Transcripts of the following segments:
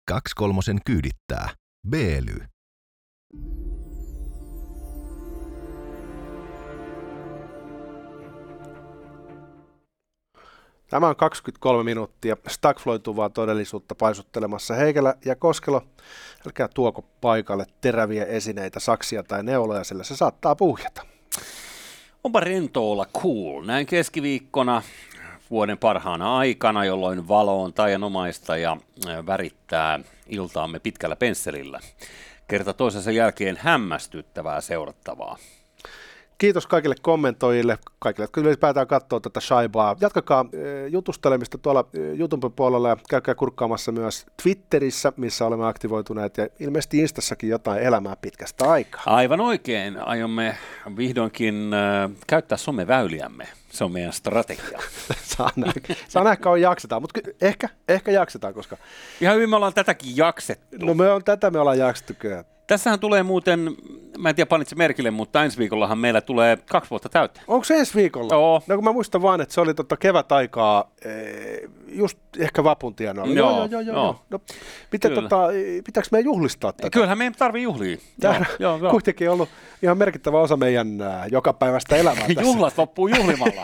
23 kyydittää. Beely. Tämä on 23 minuuttia stagfloituvaa todellisuutta paisuttelemassa. Heikelä ja Koskelo, älkää tuoko paikalle teräviä esineitä, saksia tai neuloja, sillä se saattaa puhjata. Onpa rento olla cool. Näin keskiviikkona vuoden parhaana aikana, jolloin valo on taianomaista ja värittää iltaamme pitkällä pensselillä. Kerta toisensa jälkeen hämmästyttävää seurattavaa. Kiitos kaikille kommentoijille, kaikille, jotka ylipäätään katsoo tätä shaibaa. Jatkakaa jutustelemista tuolla YouTube-puolella ja käykää kurkkaamassa myös Twitterissä, missä olemme aktivoituneet, ja ilmeisesti Instassakin jotain elämää pitkästä aikaa. Aivan oikein. Aiomme vihdoinkin käyttää someväyliämme. Se on meidän strategia. Saa nähdä, kauan jaksetaan, mutta ehkä jaksetaan, koska... Ihan hyvin me ollaan tätäkin jaksettu. No me ollaan jaksettu kyllä. Tässähän tulee muuten, mä en tiedä panitse merkille, mutta ensi viikollahan meillä tulee 2 vuotta täyteen. Onko se ensi viikolla? Joo. No kun mä muistan vaan, että se oli kevätaikaa, just ehkä vapun tienoilla. Joo. No, pitääkö meidän juhlistaa tätä? Kyllähän meidän tarvii juhlia. Joo. Kuitenkin ollut ihan merkittävä osa meidän jokapäiväistä elämää tässä. Juhlat loppuu juhlimalla.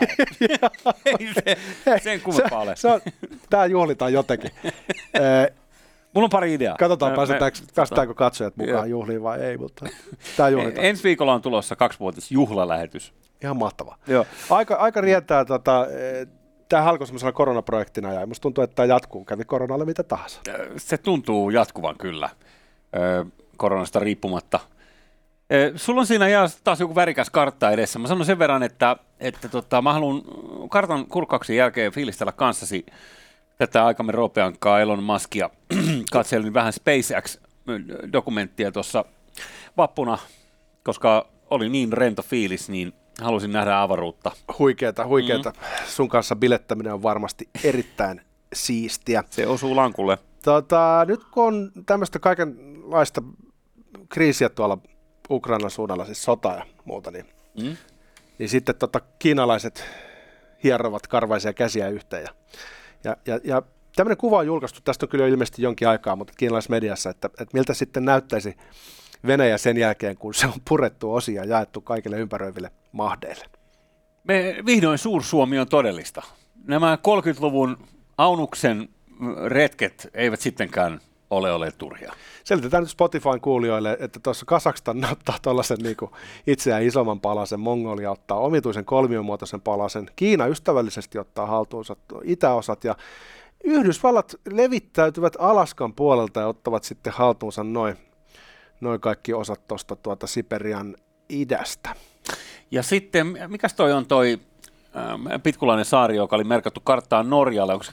Sen kummempaa ole. Tää juhlitaan jotenkin. Mulla on pari ideaa. Katsotaan, päästäänkö katsojat mukaan juhliin vai ei, mutta tämä juhlitaan. Ensi viikolla on tulossa 2-vuotis juhlalähetys. Ihan mahtavaa. Joo. Aika rientää, tämä alkoi semmoisena koronaprojektina ja musta tuntuu, että tämä jatkuu, kävi koronalle mitä tahansa. Se tuntuu jatkuvan kyllä, koronasta riippumatta. Sulla on siinä taas joku värikäs kartta edessä. Mä sanon sen verran, että mä haluan kartan kurkkauksen jälkeen fiilistellä kanssasi tätä aikamme roopeankaa Elon Muskia. Katselin vähän SpaceX-dokumenttia tuossa vappuna, koska oli niin rento fiilis, niin halusin nähdä avaruutta. Huikeeta. Sun kanssa bilettäminen on varmasti erittäin siistiä. Se osuu lankulle. Nyt kun on tämmöistä kaikenlaista kriisiä tuolla Ukrainan suunnalla, siis sota ja muuta, niin sitten kiinalaiset hierovat karvaisia käsiä yhteen. Ja tämmöinen kuva on julkaistu, tästä on kyllä ilmeisesti jonkin aikaa, mutta kiinalaismediassa, että miltä sitten näyttäisi Venäjä sen jälkeen, kun se on purettu osia ja jaettu kaikille ympäröiville mahdeille. Vihdoin Suur-Suomi on todellista. Nämä 30-luvun Aunuksen retket eivät sittenkään ole turhia. Selitetään nyt Spotifyn kuulijoille, että tuossa Kazakstan ottaa tuollaisen itseään isomman palasen, Mongolia ottaa omituisen kolmiomuotoisen palasen, Kiina ystävällisesti ottaa haltuunsa itäosat ja Yhdysvallat levittäytyvät Alaskan puolelta ja ottavat sitten haltuunsa noin kaikki osat tuosta Siperian idästä. Ja sitten, mikäs toi on toi pitkulainen saari, joka oli merkattu karttaan Norjalle, onko se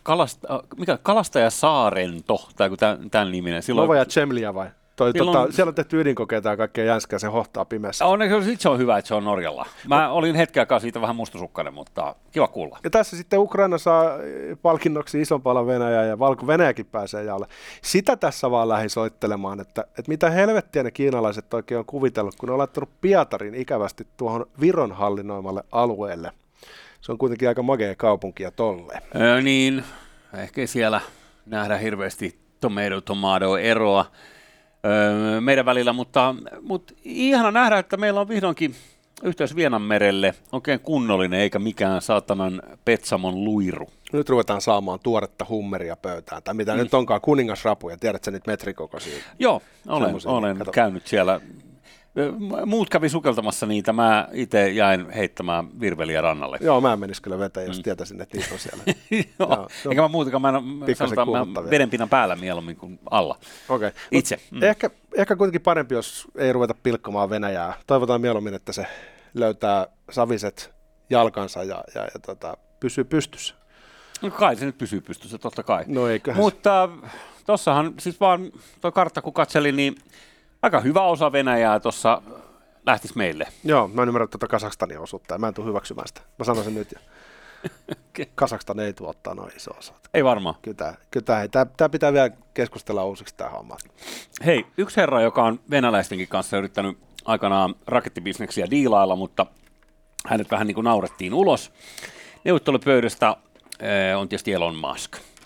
Kalastajasaarento, tai joku tämän niminen? Novaja Zemlja vai? Siellä on tehty ydinkokeita ja kaikkea jänskää, se hohtaa pimeässä. Se on hyvä, että se on Norjalla. Mä olin hetken aikaa siitä vähän mustasukkainen, mutta kiva kuulla. Ja tässä sitten Ukraina saa palkinnoksi ison palan Venäjää ja Valko-Venäjäkin pääsee jaolle. Sitä tässä vaan lähdin soittelemaan, että mitä helvettiä ne kiinalaiset oikein on kuvitellut, kun ne on laittanut Pietarin ikävästi tuohon Viron hallinnoimalle alueelle. Se on kuitenkin aika magea kaupunki ja tolleen. Niin, ehkä siellä nähdään hirveästi tomato-eroa meidän välillä, mutta ihana nähdä, että meillä on vihdoinkin yhteys Vienanmerelle oikein kunnollinen, eikä mikään saatanan Petsamon luiru. Nyt ruvetaan saamaan tuoretta hummeria pöytään, tai mitä nyt onkaan, kuningasrapuja, tiedätkö nyt metrikokoisia? Joo, olen käynyt siellä. Muut kävi sukeltamassa niitä, mä itse jäin heittämään virveliä rannalle. Joo, mä en menisi kyllä veteen, jos tietäisin, että niitä on siellä. Joo, eikä mä muutakaan, mä vedenpinnan päällä mieluummin kuin alla. Okei. Itse. Ehkä kuitenkin parempi, jos ei ruveta pilkkomaan Venäjää. Toivotaan mieluummin, että se löytää saviset jalkansa ja pysyy pystyssä. No kai se nyt pysyy pystyssä, totta kai. No eiköhän. Mutta tossahan siis vaan tuo kartta kun katselin, niin aika hyvä osa Venäjää tuossa lähtisi meille. Joo, mä en ymmärrä tuota Kazakstania osuutta ja mä en tule hyväksymään sitä. Mä sanon sen nyt. Kazakstan ei tule ottaa noin iso osa. Ei varmaan. Kyllä tämä pitää vielä keskustella uusiksi tämä homma. Hei, yksi herra, joka on venäläistenkin kanssa yrittänyt aikanaan rakettibisneksiä diilailla, mutta hänet vähän niin kuin naurettiin ulos. Neuvottelupöydästä on tietysti Elon Musk.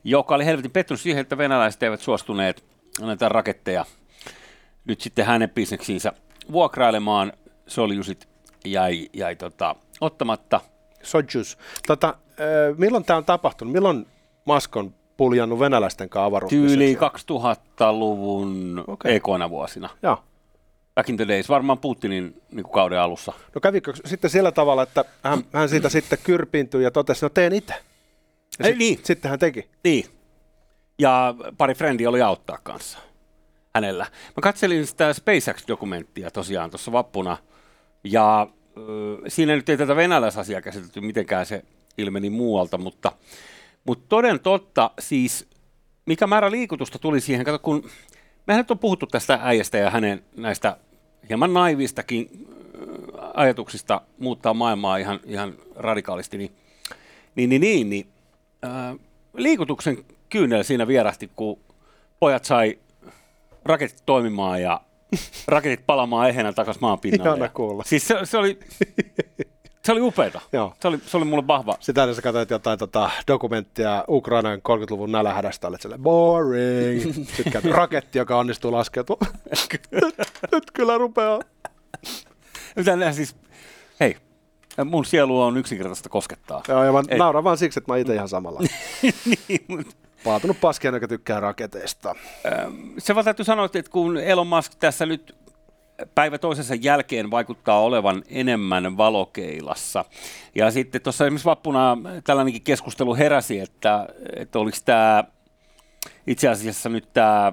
joka oli helvetin pettynyt siihen, että venäläiset eivät suostuneet näitä raketteja nyt sitten hänen bisneksiinsä vuokrailemaan. Soljusit jäi ottamatta. Sojus. Milloin tämä on tapahtunut? Milloin Musk on puljannut venäläisten kanssa avaruusbisneksiä? Tyyli 2000-luvun ekoina vuosina. Joo. Back in the days, varmaan Putinin niin kauden alussa. No kävikö sitten sillä tavalla, että hän siitä sitten kyrpiintyi ja totesi, no teen itse. Niin. Sitten hän teki. Niin. Ja pari frendiä oli auttaa kanssa hänellä. Mä katselin sitä SpaceX-dokumenttia tosiaan tuossa vappuna, ja siinä nyt ei tätä venäläisasiaa käsitelty, mitenkään se ilmeni muualta, mutta toden totta, siis mikä määrä liikutusta tuli siihen, kato kun mehän nyt on puhuttu tästä äijästä ja hänen näistä hieman naivistakin ajatuksista muuttaa maailmaa ihan radikaalisti, niin liikutuksen kyynel siinä vierahti, kun pojat sai raketit toimimaan ja raketit palamaan ehänä takaisin maan pinnalle. Ihana kuulla. Siis se oli upeeta. Joo. Se oli mulle vahva. Sitä sä katsoit jotain dokumenttia Ukrainan 30-luvun nälähädästä, olet sellainen boring. Sitten käyty raketti, joka onnistuu laskeutumaan. Nyt kyllä rupeaa. Siis, hei, mun sielu on yksinkertaista koskettaa. Joo, ja mä nauran vaan siksi, että mä itse ihan samalla. Niin, Paatunut paskia, joka tykkää raketeista. Se vaan täytyy sanoa, että kun Elon Musk tässä nyt päivä toisensa jälkeen vaikuttaa olevan enemmän valokeilassa. Ja sitten tuossa esimerkiksi vappuna tällainenkin keskustelu heräsi, että oliko tämä itse asiassa nyt tämä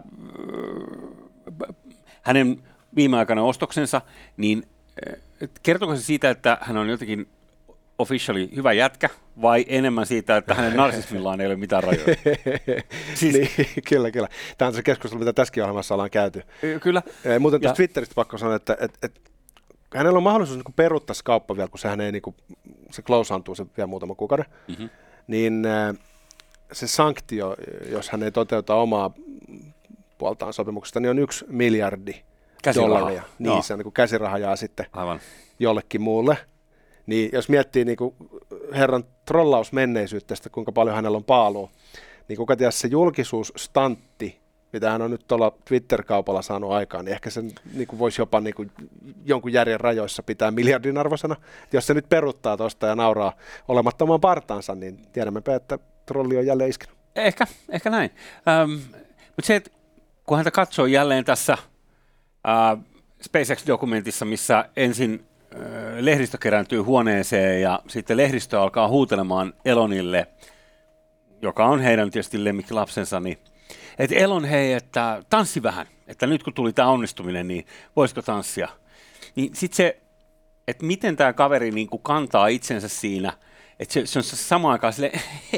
hänen viimeaikainen ostoksensa, niin kertooko se siitä, että hän on jotenkin officially hyvä jätkä, vai enemmän siitä, että hänen narsismillaan ei ole mitään rajoja? Siis... Niin, kyllä. Tämä on se keskustelu, mitä tässäkin ohjelmassa ollaan käyty. Kyllä. Muuten tuosta Twitteristä pakko sanoa, että hänellä on mahdollisuus niin peruuttaa se kauppa vielä, kun sehän ei, niin kuin, se closeantuu se vielä muutama kuukauden, niin se sanktio, jos hän ei toteuta omaa puoltaan sopimuksesta, niin on $1 miljardi. Käsiraha. Niin, se on niin kuin käsiraha jää sitten Aivan. jollekin muulle. Niin jos miettii niin kuin herran trollausmenneisyyttä, kuinka paljon hänellä on paalua, niin kuka tiedä se julkisuusstantti, mitä hän on nyt tuolla Twitter-kaupalla saanut aikaan, niin ehkä se niin kuin voisi jopa niin kuin jonkun järjen rajoissa pitää miljardin arvoisena. Jos se nyt peruuttaa tuosta ja nauraa olemattomaan partaansa, niin tiedämmepä, että trolli on jälleen iskenut. Ehkä näin. Mutta se, että kun häntä katsoo jälleen tässä SpaceX-dokumentissa, missä ensin lehdistö kerääntyy huoneeseen ja sitten lehdistö alkaa huutelemaan Elonille, joka on heidän tietysti lemmikkilapsensa, niin että Elon, hei, että tanssi vähän, että nyt kun tuli tämä onnistuminen, niin voisiko tanssia? Niin sitten se, että miten tämä kaveri niin kuin kantaa itsensä siinä, että se on samaan aikaan silleen,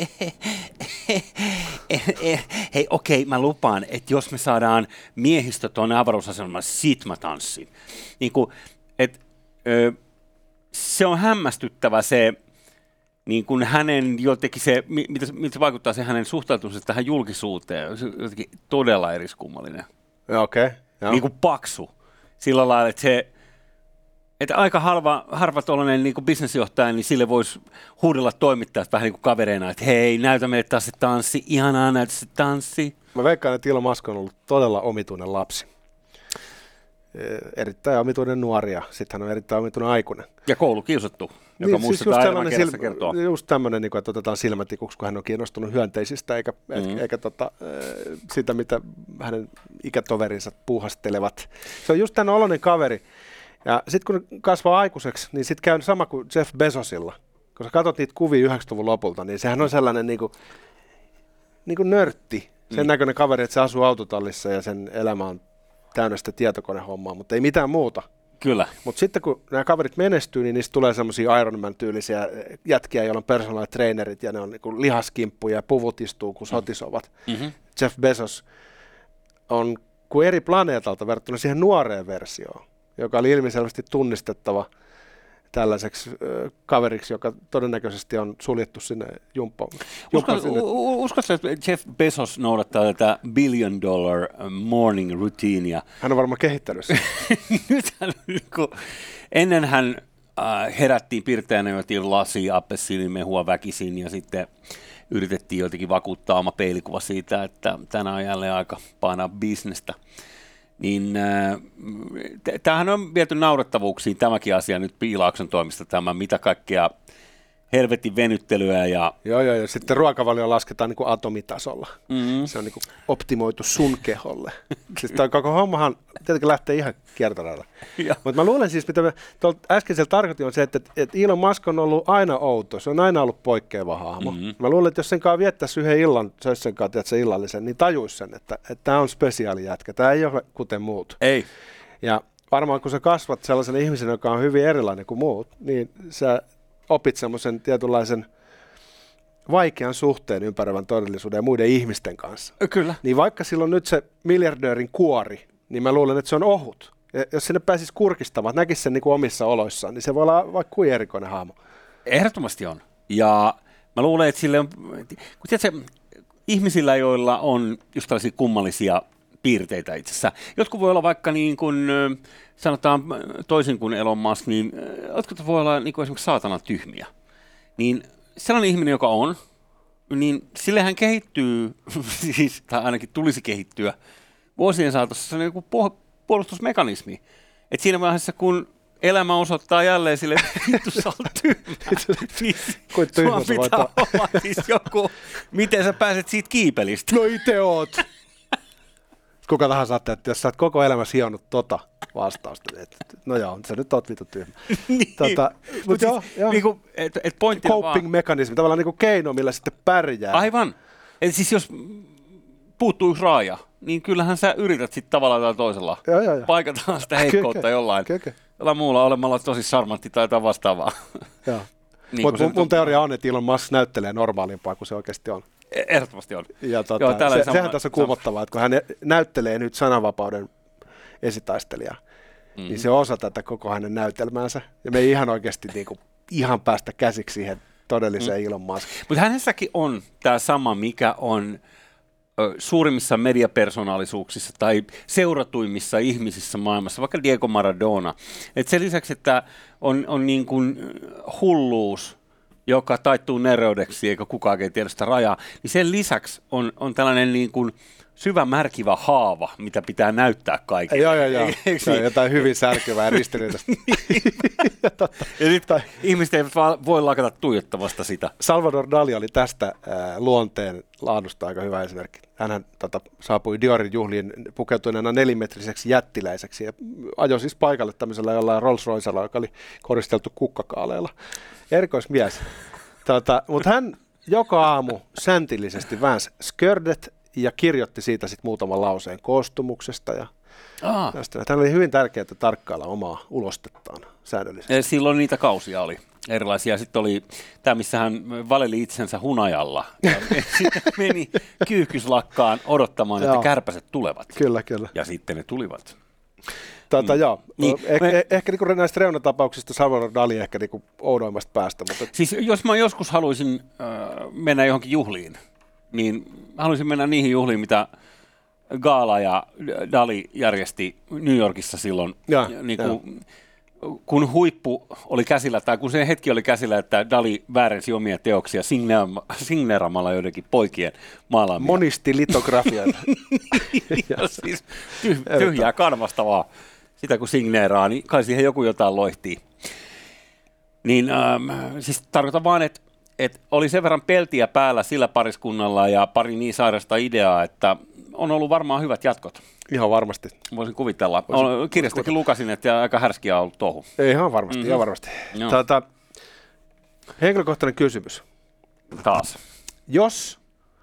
hei okei, mä lupaan, että jos me saadaan miehistö tuonne avaruusasemaan, sit mä tanssin. Niin kuin, se on hämmästyttävä se, niin kuin hänen jotenkin se, miltä se vaikuttaa se hänen suhtautumisensa tähän julkisuuteen, se on jotenkin todella eriskummallinen. Okei. Niin kuin paksu. Sillä lailla, että aika harva tuollainen niin kuin bisnesjohtaja, niin sille voisi huudella toimittajat vähän niin kuin kavereina, että hei, näytä meille taas se tanssi, ihanaa näytä se tanssi. Mä veikkaan, että Elon Musk on ollut todella omituinen lapsi. Erittäin omituinen nuori ja sitten hän on erittäin omituinen aikuinen. Ja koulukiusattu, joka niin, muistetaan siis aivan kerrassa kertoa. Just tämmöinen, että otetaan silmätikuksi, kun hän on kiinnostunut hyönteisistä, eikä sitä, mitä hänen ikätoverinsa puuhastelevat. Se on just tämän oloinen kaveri. Ja sitten kun kasvaa aikuiseksi, niin sitten käy sama kuin Jeff Bezosilla. Kun sä katsot niitä kuvia 90-luvun lopulta, niin sehän on sellainen niin kuin nörtti. Sen näköinen kaveri, että se asuu autotallissa ja sen elämä on täynnä sitä tietokonehommaa, mutta ei mitään muuta. Kyllä. Mutta sitten kun nämä kaverit menestyy, niin niistä tulee semmoisia Ironman-tyylisiä jätkiä, joilla on personal trainerit ja ne on niinku lihaskimppuja ja puvut istuu, kun sotisovat. Jeff Bezos on kuin eri planeetalta verrattuna siihen nuoreen versioon, joka oli ilmiselvästi tunnistettava tällaiseksi kaveriksi, joka todennäköisesti on suljettu sinne jumppoon. Uskotko, että Jeff Bezos noudattaa tätä $1 billion morning routineia? Hän on varmaan kehittänyt sen. Nythän, ennen hän herättiin pirteänä, jotiin lasia, appelsiinimehua väkisin ja sitten yritettiin jotenkin vakuuttaa oma peilikuva siitä, että tänään on jälleen aika painaa bisnestä. Niin tämähän on viety naurettavuuksiin tämäkin asia nyt Piilaakson toimista, tämä mitä kaikkea helvetin venyttelyä. Ja sitten ruokavalio lasketaan niin kuin atomitasolla. Se on niin kuin optimoitu sun keholle. Siis tämä koko hommahan tietenkin lähtee ihan kiertoradalla. Mutta mä luulen siis, mitä äskeisellä tarkoitin, on se, että Elon Musk on ollut aina outo. Se on aina ollut poikkeava hahmo. Mä luulen, että jos sen kanssa viettäisi yhden illan, söisi sen kanssa se illallisen, niin tajuisi sen, että tämä on spesiaali jätkä. Tämä ei ole kuten muut. Ei. Ja varmaan kun sä kasvat sellaisen ihmisen, joka on hyvin erilainen kuin muut, niin sä opit semmoisen tietynlaisen vaikean suhteen ympäröivän todellisuuden ja muiden ihmisten kanssa. Kyllä. Niin vaikka silloin nyt se miljardöörin kuori, niin mä luulen, että se on ohut. Ja jos sinne pääsisi kurkistamaan, näkisi sen niin kuin omissa oloissaan, niin se voi olla vaikka kuin erikoinen hahmo. Ehdottomasti on. Ja mä luulen, että sille on, kun tiedätkö, ihmisillä, joilla on just tällaisia kummallisia piirteitä itse asiassa. Jotkut voi olla vaikka niin kuin, sanotaan toisin kuin Elon Musk, niin jotkut voi olla niin kuin esimerkiksi saatana tyhmiä. Niin sellainen ihminen, joka on, niin sillehän kehittyy, siis, tai ainakin tulisi kehittyä vuosien saatossa sellainen joku puolustusmekanismi. Että siinä vaiheessa, kun elämä osoittaa jälleen sille, että vittu sä oot tyhmä, niin sua pitää olla siis joku, miten sä pääset siitä kiipelistä. No ite oot. Kuka tahansa ajattelee, että jos sä oot koko elämässä hionut vastausta, että no joo, sä nyt oot vittu tyhmä. Niin. Mutta joo. Niinku, coping-mekanismi, tavallaan niinku keino, millä sitten pärjää. Aivan. Eli siis jos puuttuu yksi raaja, niin kyllähän sä yrität sitten tavallaan tai toisella paikataan sitä heikkoutta jollain muulla olemalla tosi charmantti tai jotain vastaavaa. Niin mutta mun teoria on, että Elon Musk näyttelee normaalimpaa kuin se oikeasti on. Ehdottomasti on. Ja sehän tässä on kuumottavaa, että kun hän näyttelee nyt sananvapauden esitaistelijaa, niin se on osa tätä koko hänen näytelmäänsä. Ja me ei ihan oikeasti ihan päästä käsiksi siihen todelliseen Elon Muskiin. Mutta hänessäkin on tämä sama, mikä on suurimmissa mediapersonaalisuuksissa tai seuratuimmissa ihmisissä maailmassa, vaikka Diego Maradona. Et sen lisäksi, että on niin kuin hulluus, joka taittuu nereydeksi, eikä kukaan ei tiedä sitä rajaa, niin sen lisäksi on tällainen niin kuin syvä märkivä haava, mitä pitää näyttää kaikille. Joo. Se on jotain hyvin särkevää ja ristiriitaista. Ja sitten ihmiset eivät voi lakata tuijottamasta sitä. Salvador Dali oli tästä luonteen laadusta aika hyvä esimerkki. Hänhän saapui Diorin juhliin pukeutuneena 4-metriseksi jättiläiseksi ja ajoi siis paikalle tämmöisellä jollain Rolls-Roycella, joka oli koristeltu kukkakaaleilla. Erikoismies. Mutta hän joka aamu säntillisesti väänsi skördet ja kirjoitti siitä sitten muutaman lauseen koostumuksesta. Ja hän oli hyvin tärkeää tarkkailla omaa ulostettaan säännöllisesti. Silloin niitä kausia oli erilaisia. Sitten oli tämä, missä hän valeli itsensä hunajalla. Ja sitten meni kyyhkyslakkaan odottamaan, että kärpäset tulevat. Kyllä. Ja sitten ne tulivat. Ehkä niinku näistä reunatapauksista Salvador Dali ehkä niinku oudoimmasta päästä. Mutta siis jos mä joskus haluaisin mennä johonkin juhliin, niin haluaisin mennä niihin juhliin, mitä Gala ja Dali järjesti New Yorkissa silloin, kun huippu oli käsillä, tai kun se hetki oli käsillä, että Dali väärensi omia teoksia signeeramalla joidenkin poikien maalaamia. Monistilitografioita. Siis tyhjää kanvastavaa. Sitä kun signeeraa, niin kai siihen joku jotain loihtii. Niin siis tarkoitan vaan, että oli sen verran peltiä päällä sillä pariskunnalla ja pari niin sairasta ideaa, että on ollut varmaan hyvät jatkot. Ihan varmasti. Voisin kuvitella. Kirjastakin lukasin, että aika härskiä on ollut touhu. Ihan varmasti. Henkilökohtainen kysymys. Taas. Jos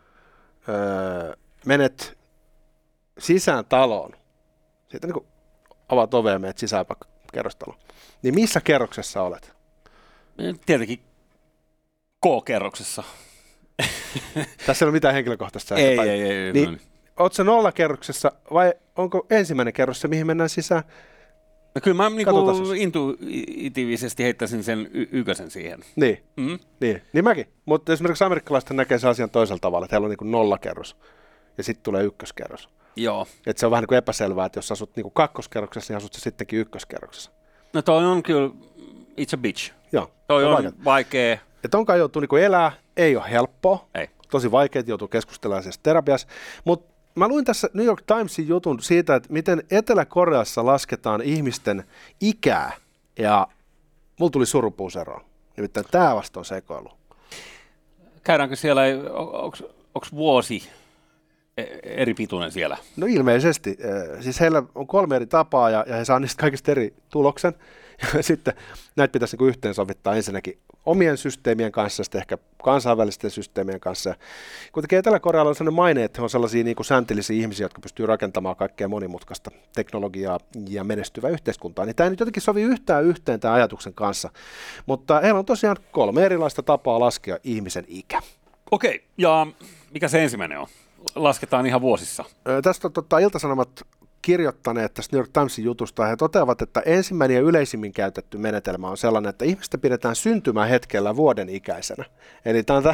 menet sisään taloon, siitä niin kun avaat ovea ja menet sisään vaikka kerrostaloon, niin missä kerroksessa olet? Tietenkin K-kerroksessa. Tässä ei ole mitään henkilökohtaista. Ei. Niin, ootko sä nollakerroksessa vai onko ensimmäinen kerros se, mihin mennään sisään? No kyllä mä intuitiivisesti heittäisin sen ykösen siihen. Niin mäkin. Mutta esimerkiksi amerikkalaiset näkee sen asian toisella tavalla, että heillä on niin nollakerros ja sitten tulee ykköskerros. Joo. Että se on vähän niin kuin epäselvää, että jos asut niin kuin kakkoskerroksessa, niin asut se sittenkin ykköskerroksessa. No toi on kyllä, it's a bitch. Joo. Toi on vaikea. Että onkaan joutuu niin elää ei ole helppoa, Ei. tosi vaikeaa joutuu keskustelemaan siis terapiassa, mutta mä luin tässä New York Timesin jutun siitä, että miten Etelä-Koreassa lasketaan ihmisten ikää, ja mulla tuli surupuuseroon. Nimittäin tämä vasta on sekoilu. Käydäänkö siellä, onko vuosi eri pituinen siellä? No ilmeisesti. Siis heillä on 3 eri tapaa, ja he saa niistä kaikista eri tuloksen. Ja sitten näitä pitäisi niin yhteensovittaa ensinnäkin omien systeemien kanssa, sitten ehkä kansainvälisten systeemien kanssa. Kuitenkin Etelä-Korealla on sellainen maine, että he on sellaisia niin kuin säntillisiä ihmisiä, jotka pystyy rakentamaan kaikkea monimutkaista teknologiaa ja menestyvää yhteiskuntaa. Niin tämä ei nyt jotenkin sovi yhtään yhteen tämän ajatuksen kanssa. Mutta heillä on tosiaan 3 erilaista tapaa laskea ihmisen ikä. Okei, ja mikä se ensimmäinen on? Lasketaan ihan vuosissa. Tästä on Ilta-Sanomat kirjoittaneet tästä New York Timesin jutusta. He toteavat, että ensimmäinen ja yleisimmin käytetty menetelmä on sellainen, että ihmistä pidetään syntymähetkellä vuoden ikäisenä. Eli tämä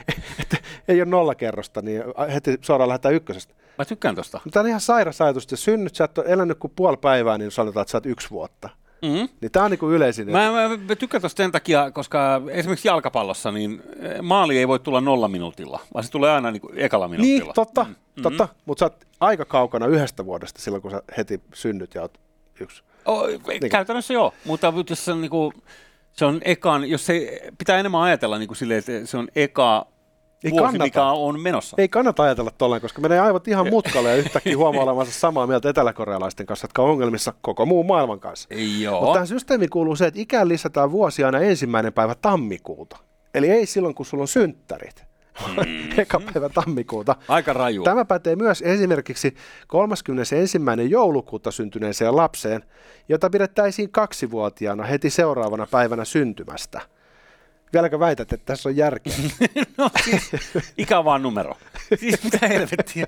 ei ole 0 kerrosta, niin heti suoraan lähdetään 1. Mä tykkään tosta. Tämä on ihan sairas ajatus, että synnyt, sä et ole elänyt kuin puoli päivää, niin sanotaan, että sä oot 1 vuotta. Mm-hmm. Niin tämä on niin kuin yleisin. Mä tykkään tosta sen takia, koska esimerkiksi jalkapallossa niin maali ei voi tulla 0 minuutilla, vaan se tulee aina niin kuin ekalla minuutilla. Niin, totta. Mutta sä oot aika kaukana 1 vuodesta silloin, kun sä heti synnyt ja oot 1. Niin. Käytännössä joo, mutta jos se on, niin kuin, se on ekaan, jos se pitää enemmän ajatella niin kuin silleen, että se on eka vuosi, mikä on menossa. Ei kannata ajatella tolleen, koska menee aivot ihan mutkalle ja yhtäkkiä huomaa olevansa samaa mieltä eteläkorealaisten kanssa, jotka on ongelmissa koko muun maailman kanssa. Mutta tähän systeemiin kuuluu se, että ikään lisätään vuosi aina 1. päivä tammikuuta. Eli ei silloin, kun sulla on synttärit. Eka päivä tammikuuta. Aika raju. Tämä pätee myös esimerkiksi 31. joulukuuta syntyneeseen lapseen, jota pidettäisiin 2-vuotiaana heti seuraavana päivänä syntymästä. Vieläkö väität, että tässä on järkeä? No siis, ikä vaan numero. Siis mitä helvettiä.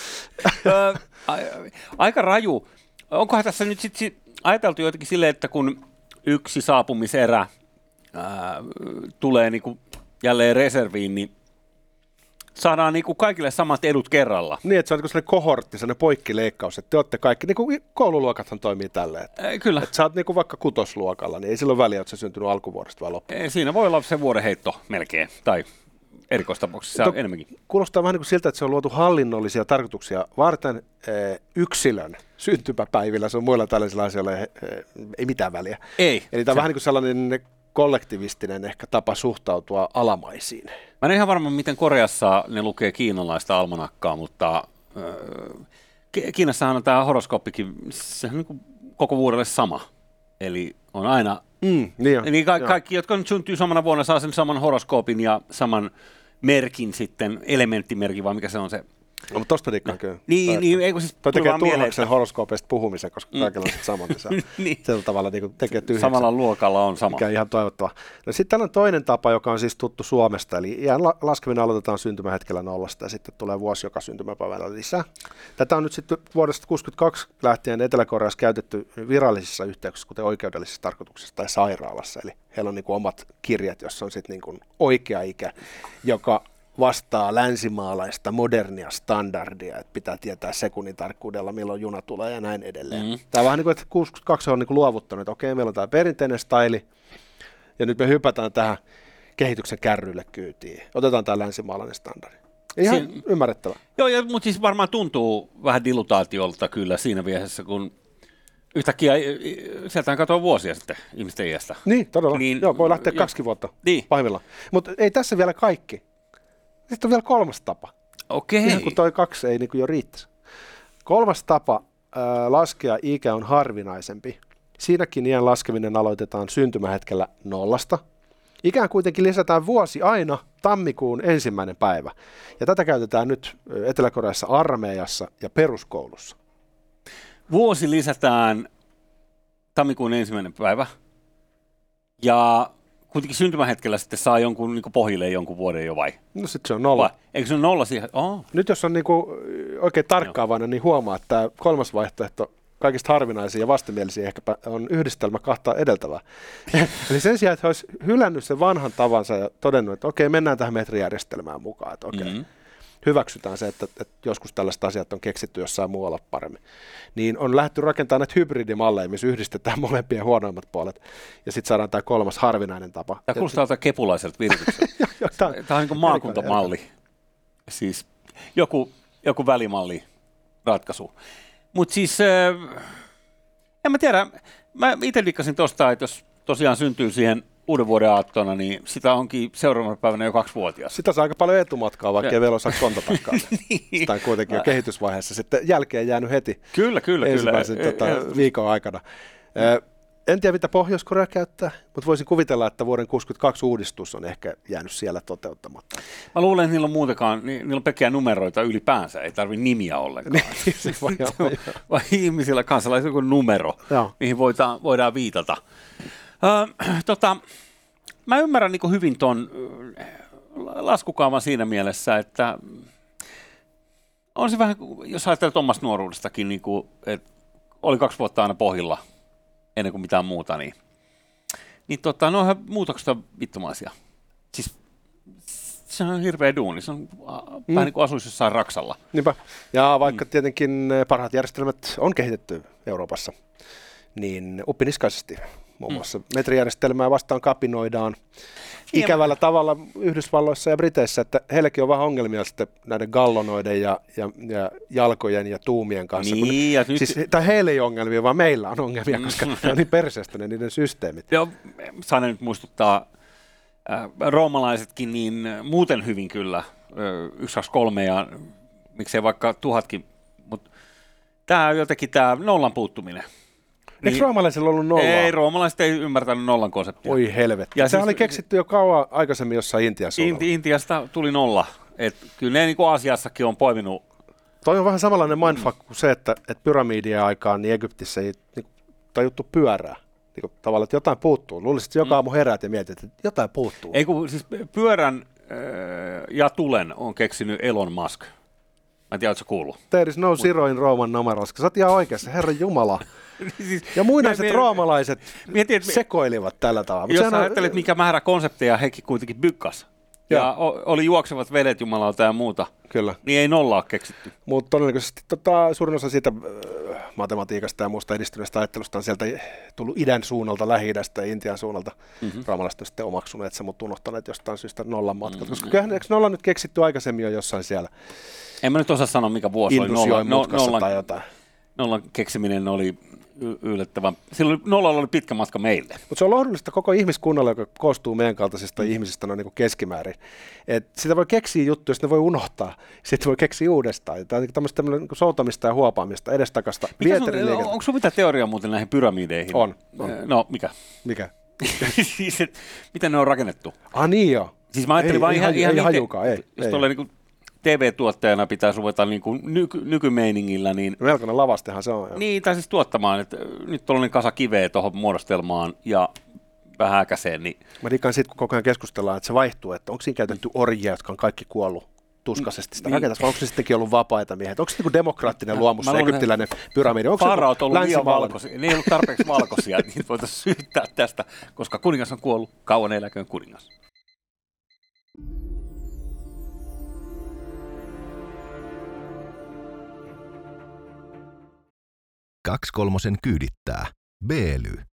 Aika raju. Onkohan tässä nyt sitten ajateltu jotenkin silleen, että kun yksi saapumiserä tulee niinku jälleen reserviin, niin saadaan niinku kaikille samat edut kerralla. Niin, että se on niinku sellainen kohortti, sellainen poikkileikkaus, että te olette kaikki, niin kuin koululuokathan toimii tälleen. Kyllä. Että sä oot niinku vaikka 6. niin ei silloin väliä, että sä syntynyt alkuvuodesta vai loppuun. Siinä voi olla se vuodenheitto melkein, tai erikoistapauksessa enemmänkin. Kuulostaa vähän niin kuin siltä, että se on luotu hallinnollisia tarkoituksia varten yksilön syntymäpäivillä, se on muilla tällaisilla asioilla ei mitään väliä. Ei. Eli tämä on vähän niin kuin sellainen kollektivistinen ehkä tapa suhtautua alamaisiin. Mä en ole ihan varma, miten Koreassa ne lukee kiinalaista almanakkaa, mutta Kiinassahan on tämä horoskooppikin, se on niin kuin koko vuodelle sama. Eli on aina, niin kaikki, jotka nyt syntyy samana vuonna, saa sen saman horoskoopin ja saman merkin sitten, elementtimerkin, vai mikä se on se? No, mutta tosta dikkaan kyllä. Niin, eikö siis toi tekee turhaksen horoskoopeista puhumisen, koska kaikilla on sitten saman, niin se niin. Sillä tavalla niin tekee tyhjäksi. Samalla luokalla on sama. Mikä on ihan toivottavaa. No, sitten täällä on toinen tapa, joka on siis tuttu Suomesta, eli iän laskeminen aloitetaan syntymähetkellä 0 ja sitten tulee vuosi joka syntymäpäivällä lisää. Tätä on nyt sitten vuodesta 1962 lähtien Etelä-Koreassa käytetty virallisissa yhteyksissä, kuten oikeudellisissa tarkoituksissa tai sairaalassa, eli heillä on niin kuin omat kirjat, jossa on sitten niin kuin oikea ikä, joka vastaa länsimaalaista modernia standardia, että pitää tietää sekunnin tarkkuudella, milloin juna tulee ja näin edelleen. Tämä on vähän niin kuin, että 62 on niin kuin luovuttanut, että okei, meillä on tämä perinteinen staili, ja nyt me hypätään tähän kehityksen kärryille kyytiin. Otetaan tämä länsimaalainen standardi. Ihan ymmärrettävä. Joo, mutta siis varmaan tuntuu vähän dilutaatiolta kyllä siinä vaiheessa, kun yhtäkkiä sieltähän katoaa vuosia sitten ihmisten iästä. Niin, todella. Niin, joo, voi lähteä 2 vuotta pahimmillaan. Mutta ei tässä vielä kaikki. Sitten on vielä 3. tapa. Okei. Ihan kun toi 2 ei niin kuin jo riittäisi. 3. tapa laskea ikä on harvinaisempi. Siinäkin iän laskeminen aloitetaan syntymähetkellä 0. Ikään kuitenkin lisätään vuosi aina tammikuun 1. päivä. Ja tätä käytetään nyt Etelä-Koreassa armeijassa ja peruskoulussa. Vuosi lisätään tammikuun 1. päivä. Ja kuitenkin syntymähetkellä sitten saa jonkun niin pohjille jonkun vuoden jo vai? No sitten se on 0. Eikö se ole 0 siihen? Nyt jos on niin kuin oikein tarkkaavainen, niin huomaa, että tämä 3. vaihtoehto kaikista harvinaisia ja vastenmielisiä ehkäpä on yhdistelmä 2 edeltävää. Eli sen sijaan, että he olisi hylännyt sen vanhan tavansa ja todennut, että okei, mennään tähän metrijärjestelmään mukaan, että okei, hyväksytään se, että joskus tällaiset asiat on keksitty jossain muualla paremmin. Niin on lähdetty rakentamaan näitä hybridimalleja, missä yhdistetään molempien huonoimmat puolet, ja sitten saadaan tämä 3. harvinainen tapa. Tämä kuulostaa kepulaiselta viritykseltä. Tämä on niin kuin maakuntamalli. Siis joku välimalli ratkaisu. Mutta siis, en mä tiedä, mä itse dikkasin tosta, että jos tosiaan syntyy siihen uuden vuoden aattona, niin sitä onkin seuraavana päivänä jo 2-vuotias. Sitä saa aika paljon etumatkaa, vaikka ei vielä osaa kontatakaan. Niin. Sitä on kuitenkin jo kehitysvaiheessa. Sitten jälkeen jäänyt heti ensimmäisen viikon aikana. En tiedä, mitä Pohjois-Korea käyttää, mutta voisin kuvitella, että vuoden 1962 uudistus on ehkä jäänyt siellä toteuttamatta. Mä luulen, että niillä on muutenkaan, niillä on pelkkiä numeroita ylipäänsä, ei tarvitse nimiä ollenkaan. Vai ihmisillä kansalaisilla joku numero, mihin voidaan viitata. Mä ymmärrän niin hyvin ton laskukaavan siinä mielessä, että on se vähän, jos ajattelet omasta nuoruudestakin, niin kuin, että oli 2 vuotta aina pohjilla ennen kuin mitään muuta, niin noinhan muutokset on vittumaisia. Siis se on hirveä duuni, se on vähän niin kuin asuisi jossain Raksalla. Niinpä, ja vaikka tietenkin parhaat järjestelmät on kehitetty Euroopassa, niin uppiniskaisesti. Muun muassa metrijärjestelmää vastaan kapinoidaan ikävällä tavalla Yhdysvalloissa ja Briteissä, että heilläkin on vähän ongelmia sitten näiden gallonoiden ja jalkojen ja tuumien kanssa. Niin, ja tai heillä ei ole ongelmia, vaan meillä on ongelmia, koska ne on niin perseestä ne niiden systeemit. Joo, saan nyt muistuttaa, roomalaisetkin niin muuten hyvin kyllä, 1, 2, 3 ja miksei vaikka 1000kin, mutta tämä jotenkin tämä nollan puuttuminen. Eikö roomalaisilla ollut nollaa? Ei, roomalaiset ei ymmärtänyt nollan konseptia. Oi helvetti. Ja se oli keksitty jo kauan aikaisemmin jossain Intian suunnalla. Intiasta tuli nolla. Et kyllä ne niin kuin Aasiassakin on poiminut. Toi on vähän samanlainen mindfuck kuin se, että pyramidien aikaan niin Egyptissä ei niin tajuttu pyörää. Niin kuin, tavallaan, että jotain puuttuu. Luulisit, että joka aamu heräät ja mietit, että jotain puuttuu. Ei kun siis pyörän ja tulen on keksinyt Elon Musk. Mä en tiedä, ootko kuullut? There is no zero in Roman numerals. Sä oot ihan oikeassa, Herran Jumala. Ja muinaiset roomalaiset sekoilivat tällä tavalla. Jos ajattelet, mikä määrä konsepteja hekin kuitenkin bykkas. Ja oli juoksevat vedet jumalalta ja muuta. Kyllä. Niin ei nollaa ole keksitty. Mutta todennäköisesti suurin osa siitä matematiikasta ja muusta edistyneestä ajattelusta on sieltä tullut idän suunnalta, Lähi-idästä ja Intian suunnalta. Roomalaiset on sitten omaksuneet sen, mutta unohtaneet jostain syystä nollan matkat. Koska kyllähän eikö nolla nyt keksitty aikaisemmin jo jossain siellä? En mä nyt osaa sanoa, mikä vuosi oli mutkassa tai jotain. Nollan keksiminen oli yllättävän. Silloin nollalla oli pitkä matka meille. Mutta se on lohdullista koko ihmiskunnalle, joka koostuu meidän kaltaisista ihmisistä noin niin keskimäärin. Et sitä voi keksiä juttuja, sitten ne voi unohtaa. Sitten voi keksiä uudestaan. Tämä on tämmöistä soutamista ja huopaamista, edestakasta. Onko sinulla mitään teoriaa muuten näihin pyramideihin? On. No, mikä? Mikä? Siis, miten ne on rakennettu? Niin joo. Siis mä ajattelin vaan ihan hajukaan, jos tuolla niin TV-tuottajana pitäisi ruveta niin kuin nykymeiningillä, niin melkoinen lavastehan se on. Jo. Niin, tai siis tuottamaan, että nyt tuollainen kasa kiveä tuohon muodostelmaan ja vähän äkäseen. Niin mä dikkaan siitä, kun koko ajan keskustellaan, että se vaihtuu, että onko siinä käytetty orjia, jotka on kaikki kuollut tuskaisesti sitä rakentaa, vai onko se sittenkin ollut vapaita miehet? Onko se niin demokraattinen luomus, se egyptiläinen pyramidi? Faraot on ollut liian valkoisia, ne ei ollut tarpeeksi valkoisia, että niitä voitaisiin syyttää tästä, koska kuningas on kuollut, kauan eläköön kuningas. 2/3 kyydittää. B-ly.